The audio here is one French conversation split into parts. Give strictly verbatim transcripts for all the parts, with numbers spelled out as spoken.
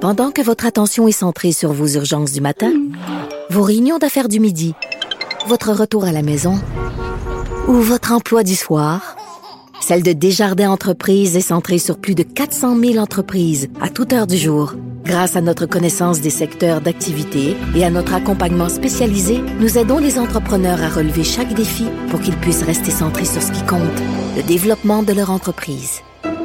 Pendant que votre attention est centrée sur vos urgences du matin, vos réunions d'affaires du midi, votre retour à la maison ou votre emploi du soir, celle de Desjardins Entreprises est centrée sur plus de quatre cent mille entreprises à toute heure du jour. Grâce à notre connaissance des secteurs d'activité et à notre accompagnement spécialisé, nous aidons les entrepreneurs à relever chaque défi pour qu'ils puissent rester centrés sur ce qui compte, le développement de leur entreprise.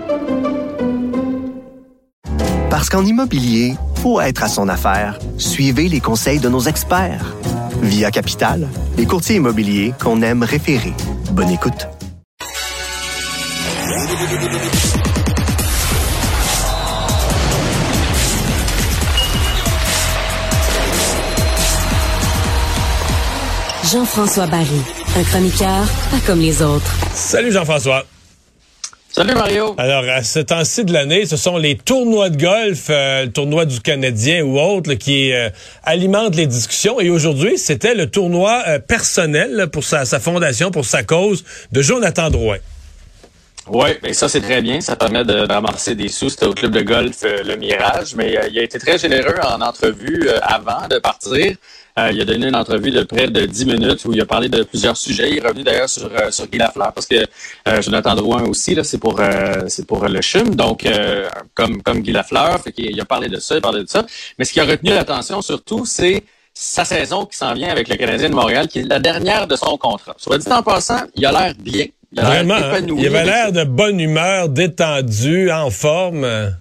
Parce qu'en immobilier, faut être à son affaire. Suivez les conseils de nos experts. Via Capital, les courtiers immobiliers qu'on aime référer. Bonne écoute. Jean-François Barry, un chroniqueur pas comme les autres. Salut Jean-François. Salut Mario. Alors, à ce temps-ci de l'année, ce sont les tournois de golf, euh, le tournoi du Canadien ou autre, là, qui euh, alimentent les discussions. Et aujourd'hui, c'était le tournoi euh, personnel là, pour sa, sa fondation, pour sa cause, de Jonathan Drouin. Oui, ben ça c'est très bien. Ça permet de, de ramasser des sous. C'était au club de golf euh, Le Mirage. Mais euh, il a été très généreux en entrevue euh, avant de partir. Euh, il a donné une entrevue de près de dix minutes où il a parlé de plusieurs sujets. Il est revenu d'ailleurs sur euh, sur Guy Lafleur parce que euh, Jonathan Drouin aussi là, c'est pour euh, c'est pour le C H U M. Donc euh, comme comme Guy Lafleur, fait qu'il a parlé de ça, il a parlé de ça. Mais ce qui a retenu l'attention surtout, c'est sa saison qui s'en vient avec le Canadien de Montréal, qui est la dernière de son contrat. Soit dit en passant, il a l'air bien. Il a Vraiment, l'air épanoui. hein? Il avait l'air de bonne humeur, détendu, en forme.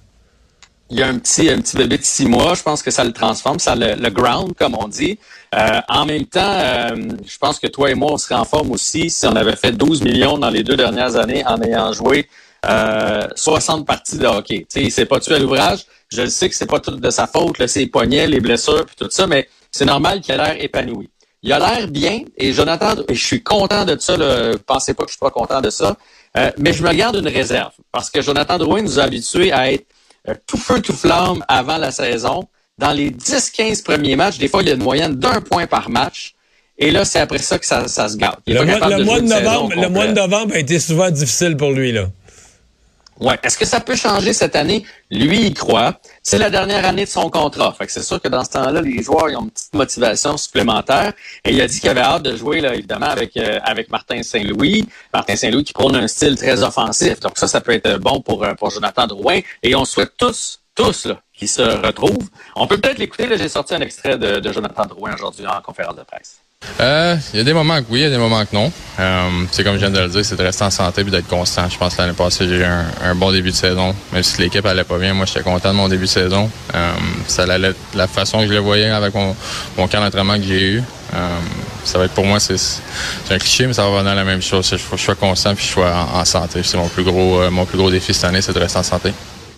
Il y a un petit, un petit bébé de six mois, je pense que ça le transforme, ça le, le ground, comme on dit. Euh, en même temps, euh, je pense que toi et moi, on serait en forme aussi si on avait fait douze millions dans les deux dernières années en ayant joué euh, soixante parties de hockey. Tu sais, il s'est pas tué à l'ouvrage. Je le sais que c'est pas tout de sa faute, là, ses poignets, les blessures, puis tout ça, mais c'est normal qu'il a l'air épanoui. Il a l'air bien, et Jonathan, et je suis content de ça, là, pensez pas que je suis pas content de ça, euh, mais je me garde une réserve, parce que Jonathan Drouin nous a habitués à être euh, tout feu, tout flamme avant la saison. Dans les dix quinze premiers matchs, des fois, il y a une moyenne d'un point par match, et là, c'est après ça que ça, ça se gâte. Le mois, le, mois de novembre, le mois de novembre a été souvent difficile pour lui, là. Ouais. Est-ce que ça peut changer cette année? Lui, il croit. C'est la dernière année de son contrat. Fait que c'est sûr que dans ce temps-là, les joueurs ils ont une petite motivation supplémentaire. Et il a dit qu'il avait hâte de jouer, là, évidemment, avec euh, avec Martin Saint-Louis. Martin Saint-Louis qui prône un style très offensif. Donc ça, ça peut être bon pour pour Jonathan Drouin. Et on souhaite tous, tous, là, qu'ils se retrouvent. On peut peut-être l'écouter. Là, j'ai sorti un extrait de, de Jonathan Drouin aujourd'hui en conférence de presse. Euh, il y a des moments que oui, il y a des moments que non. Euh, c'est comme je viens de le dire, c'est de rester en santé et d'être constant. Je pense que l'année passée, j'ai eu un, un bon début de saison. Même si l'équipe allait pas bien, moi, j'étais content de mon début de saison. Euh, ça allait la façon que je le voyais avec mon, mon camp d'entraînement que j'ai eu. Euh, ça va être pour moi, c'est, c'est un cliché, mais ça va revenir à la même chose. Il faut que je sois constant puis que je sois en, en santé. C'est mon plus gros, euh, mon plus gros défi cette année, c'est de rester en santé.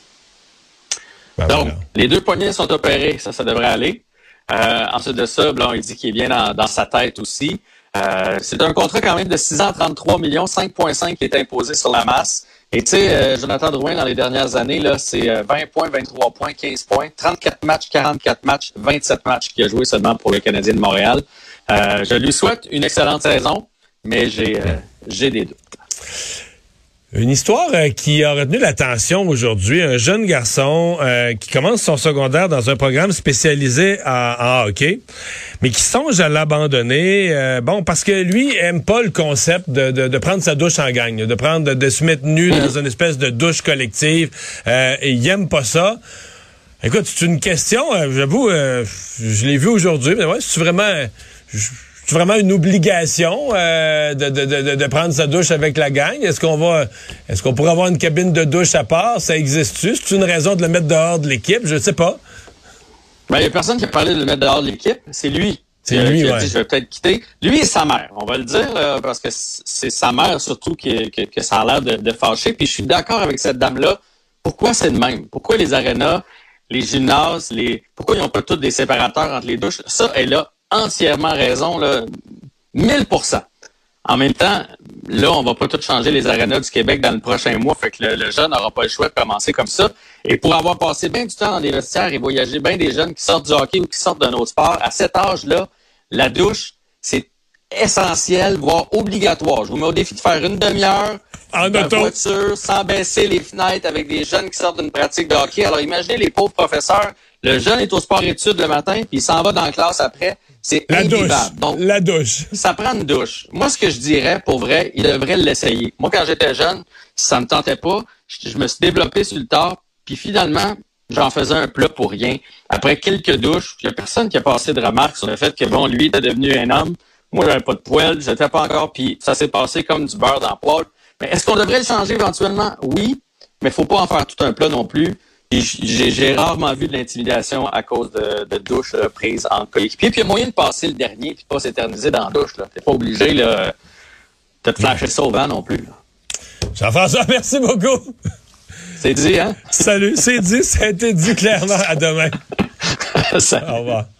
Ben Donc, voilà. Les deux poignets sont opérés. Ça, ça devrait aller. Euh, ensuite de ça, Blanc, il dit qu'il est bien dans, dans sa tête aussi. Euh, c'est un contrat quand même de six ans, trente-trois millions, cinq virgule cinq qui est imposé sur la masse. Et tu sais, euh, Jonathan Drouin, dans les dernières années, là, c'est euh, vingt points, vingt-trois points, quinze points, trente-quatre matchs, quarante-quatre matchs, vingt-sept matchs qu'il a joué seulement pour le Canadien de Montréal. Euh, je lui souhaite une excellente saison, mais j'ai, euh, j'ai des doutes. Une histoire euh, qui a retenu l'attention aujourd'hui. Un jeune garçon euh, qui commence son secondaire dans un programme spécialisé en, en hockey, mais qui songe à l'abandonner. Euh, bon, parce que lui aime pas le concept de, de, de prendre sa douche en gang, de prendre, de, de se mettre nu dans une espèce de douche collective. Euh, et il aime pas ça. Écoute, c'est une question. Euh, j'avoue, euh, je l'ai vu aujourd'hui, mais ouais, c'est vraiment. Je, C'est vraiment une obligation euh, de, de, de, de prendre sa douche avec la gang? Est-ce qu'on va, est-ce qu'on pourrait avoir une cabine de douche à part? Ça existe-tu? C'est une raison de le mettre dehors de l'équipe? Je ne sais pas. Ben, il y a personne qui a parlé de le mettre dehors de l'équipe. C'est lui. C'est euh, lui, qui a ouais. dit, je vais peut-être quitter. Lui et sa mère, on va le dire, là, parce que c'est sa mère surtout qui, que, que ça a l'air de, de fâcher. Puis je suis d'accord avec cette dame-là. Pourquoi c'est le même? Pourquoi les arénas, les gymnases, les pourquoi ils n'ont pas tous des séparateurs entre les douches? Ça, elle a entièrement raison, là, mille pour cent. En même temps, là, on va pas tout changer les arénas du Québec dans le prochain mois, fait que le, le jeune n'aura pas le choix de commencer comme ça. Et pour avoir passé bien du temps dans des vestiaires et voyager bien des jeunes qui sortent du hockey ou qui sortent d'un autre sport, à cet âge-là, la douche, c'est essentiel, voire obligatoire. Je vous mets au défi de faire une demi-heure en de auto. voiture sans baisser les fenêtres avec des jeunes qui sortent d'une pratique de hockey. Alors imaginez les pauvres professeurs Le jeune est au sport-études le matin, puis il s'en va dans la classe après. C'est La invivable. douche. Donc, la douche. ça prend une douche. Moi, ce que je dirais, pour vrai, il devrait l'essayer. Moi, quand j'étais jeune, si ça me tentait pas, je, je me suis développé sur le tard, puis finalement, j'en faisais un plat pour rien. Après quelques douches, il y a personne qui a passé de remarques sur le fait que, bon, lui était devenu un homme. Moi, j'avais pas de poêle, je n'étais pas encore, puis ça s'est passé comme du beurre dans le poêle. Mais est-ce qu'on devrait le changer éventuellement? Oui, mais il faut pas en faire tout un plat non plus. Puis j'ai, j'ai rarement vu de l'intimidation à cause de, de douches là, prises en coéquipier. Puis il y a moyen de passer le dernier puis de pas s'éterniser dans la douche. Là. T'es pas obligé là, de te flasher ça au vent non plus. Là. Jean-François, merci beaucoup. C'est dit, hein? Salut, c'est dit, ça a été dit clairement. À demain. Ça... Au revoir.